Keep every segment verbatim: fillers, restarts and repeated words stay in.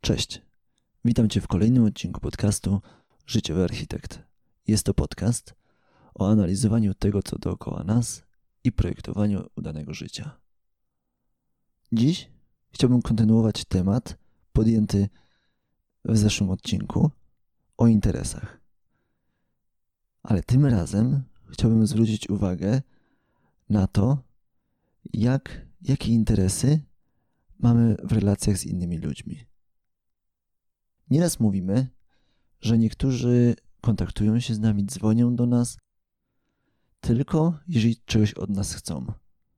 Cześć, witam Cię w kolejnym odcinku podcastu Życiowy Architekt. Jest to podcast o analizowaniu tego, co dookoła nas i projektowaniu udanego życia. Dziś chciałbym kontynuować temat podjęty w zeszłym odcinku o interesach. Ale tym razem chciałbym zwrócić uwagę na to, jak, jakie interesy mamy w relacjach z innymi ludźmi. Nieraz mówimy, że niektórzy kontaktują się z nami, dzwonią do nas tylko jeżeli czegoś od nas chcą.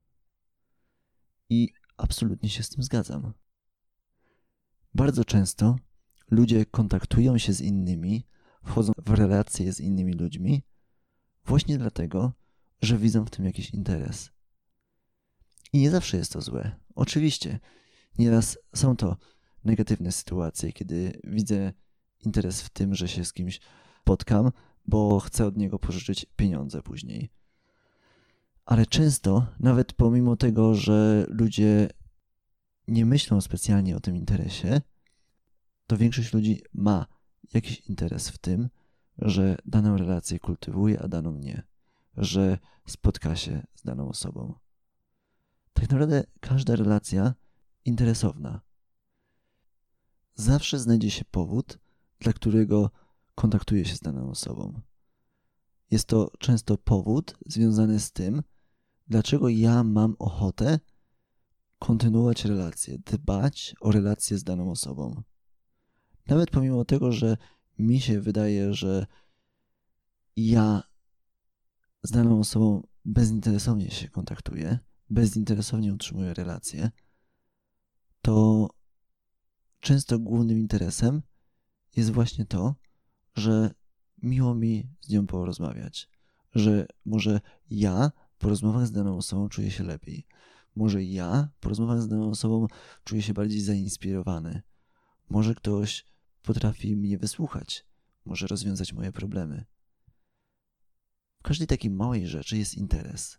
I absolutnie się z tym zgadzam. Bardzo często ludzie kontaktują się z innymi, wchodzą w relacje z innymi ludźmi właśnie dlatego, że widzą w tym jakiś interes. I nie zawsze jest to złe. Oczywiście, nieraz są to negatywne sytuacje, kiedy widzę interes w tym, że się z kimś spotkam, bo chcę od niego pożyczyć pieniądze później. Ale często, nawet pomimo tego, że ludzie nie myślą specjalnie o tym interesie, to większość ludzi ma jakiś interes w tym, że daną relację kultywuje, a daną nie. Że spotka się z daną osobą. Tak naprawdę każda relacja interesowna. Zawsze znajdzie się powód, dla którego kontaktuje się z daną osobą. Jest to często powód związany z tym, dlaczego ja mam ochotę kontynuować relację, dbać o relację z daną osobą. Nawet pomimo tego, że mi się wydaje, że ja z daną osobą bezinteresownie się kontaktuję, bezinteresownie utrzymuję relację, to często głównym interesem jest właśnie to, że miło mi z nią porozmawiać, że może ja po rozmowach z daną osobą czuję się lepiej, może ja po rozmowach z daną osobą czuję się bardziej zainspirowany, może ktoś potrafi mnie wysłuchać, może rozwiązać moje problemy. W każdej takiej małej rzeczy jest interes.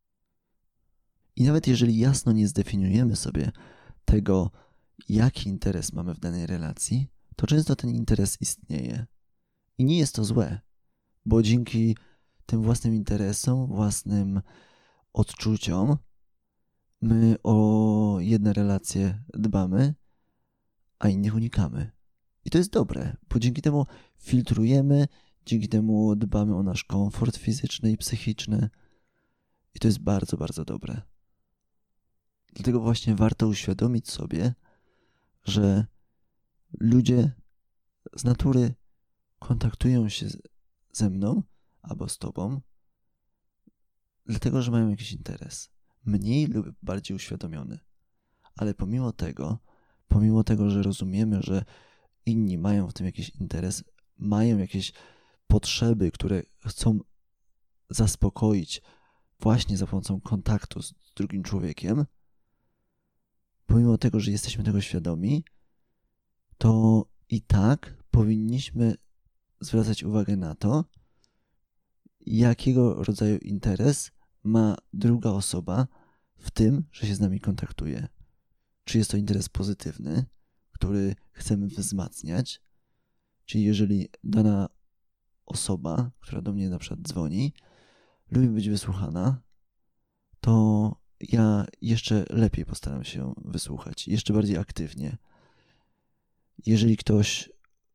I nawet jeżeli jasno nie zdefiniujemy sobie tego, jaki interes mamy w danej relacji, to często ten interes istnieje. I nie jest to złe, bo dzięki tym własnym interesom, własnym odczuciom, my o jedne relacje dbamy, a innych unikamy. I to jest dobre, bo dzięki temu filtrujemy, dzięki temu dbamy o nasz komfort fizyczny i psychiczny. I to jest bardzo, bardzo dobre. Dlatego właśnie warto uświadomić sobie, że ludzie z natury kontaktują się ze mną albo z tobą, dlatego że mają jakiś interes. Mniej lub bardziej uświadomiony. Ale pomimo tego, pomimo tego, że rozumiemy, że inni mają w tym jakiś interes, mają jakieś potrzeby, które chcą zaspokoić właśnie za pomocą kontaktu z drugim człowiekiem, pomimo tego, że jesteśmy tego świadomi, to i tak powinniśmy zwracać uwagę na to, jakiego rodzaju interes ma druga osoba w tym, że się z nami kontaktuje. Czy jest to interes pozytywny, który chcemy wzmacniać, czyli jeżeli dana osoba, która do mnie na przykład dzwoni, lubi być wysłuchana, to ja jeszcze lepiej postaram się ją wysłuchać, jeszcze bardziej aktywnie. Jeżeli ktoś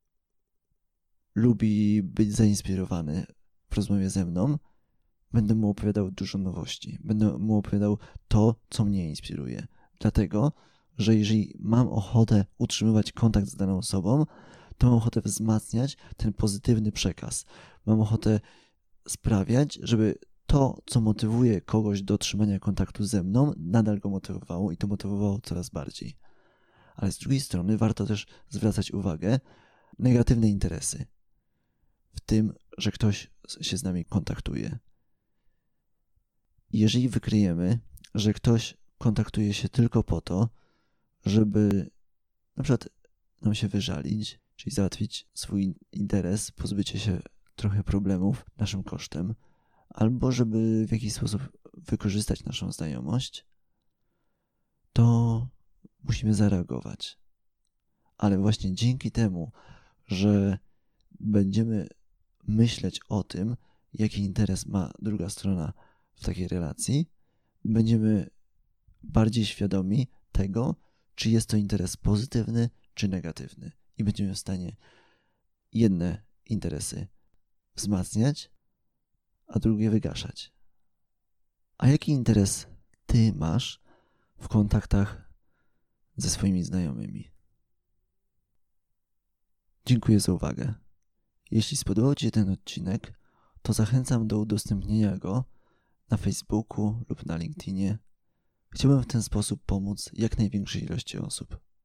lubi być zainspirowany w rozmowie ze mną, będę mu opowiadał dużo nowości. Będę mu opowiadał to, co mnie inspiruje. Dlatego, że jeżeli mam ochotę utrzymywać kontakt z daną osobą, to mam ochotę wzmacniać ten pozytywny przekaz. Mam ochotę sprawiać, żeby to, co motywuje kogoś do trzymania kontaktu ze mną, nadal go motywowało i to motywowało coraz bardziej. Ale z drugiej strony warto też zwracać uwagę na negatywne interesy w tym, że ktoś się z nami kontaktuje. Jeżeli wykryjemy, że ktoś kontaktuje się tylko po to, żeby na przykład nam się wyżalić, czyli załatwić swój interes, pozbycie się trochę problemów naszym kosztem, albo żeby w jakiś sposób wykorzystać naszą znajomość, to musimy zareagować. ale właśnie dzięki temu, że będziemy myśleć o tym, jaki interes ma druga strona w takiej relacji, będziemy bardziej świadomi tego, czy jest to interes pozytywny, czy negatywny. I będziemy w stanie jedne interesy wzmacniać, a drugie wygaszać. A jaki interes ty masz w kontaktach ze swoimi znajomymi? Dziękuję za uwagę. Jeśli spodobał ci się ten odcinek, to zachęcam do udostępnienia go na Facebooku lub na LinkedInie. Chciałbym w ten sposób pomóc jak największej ilości osób.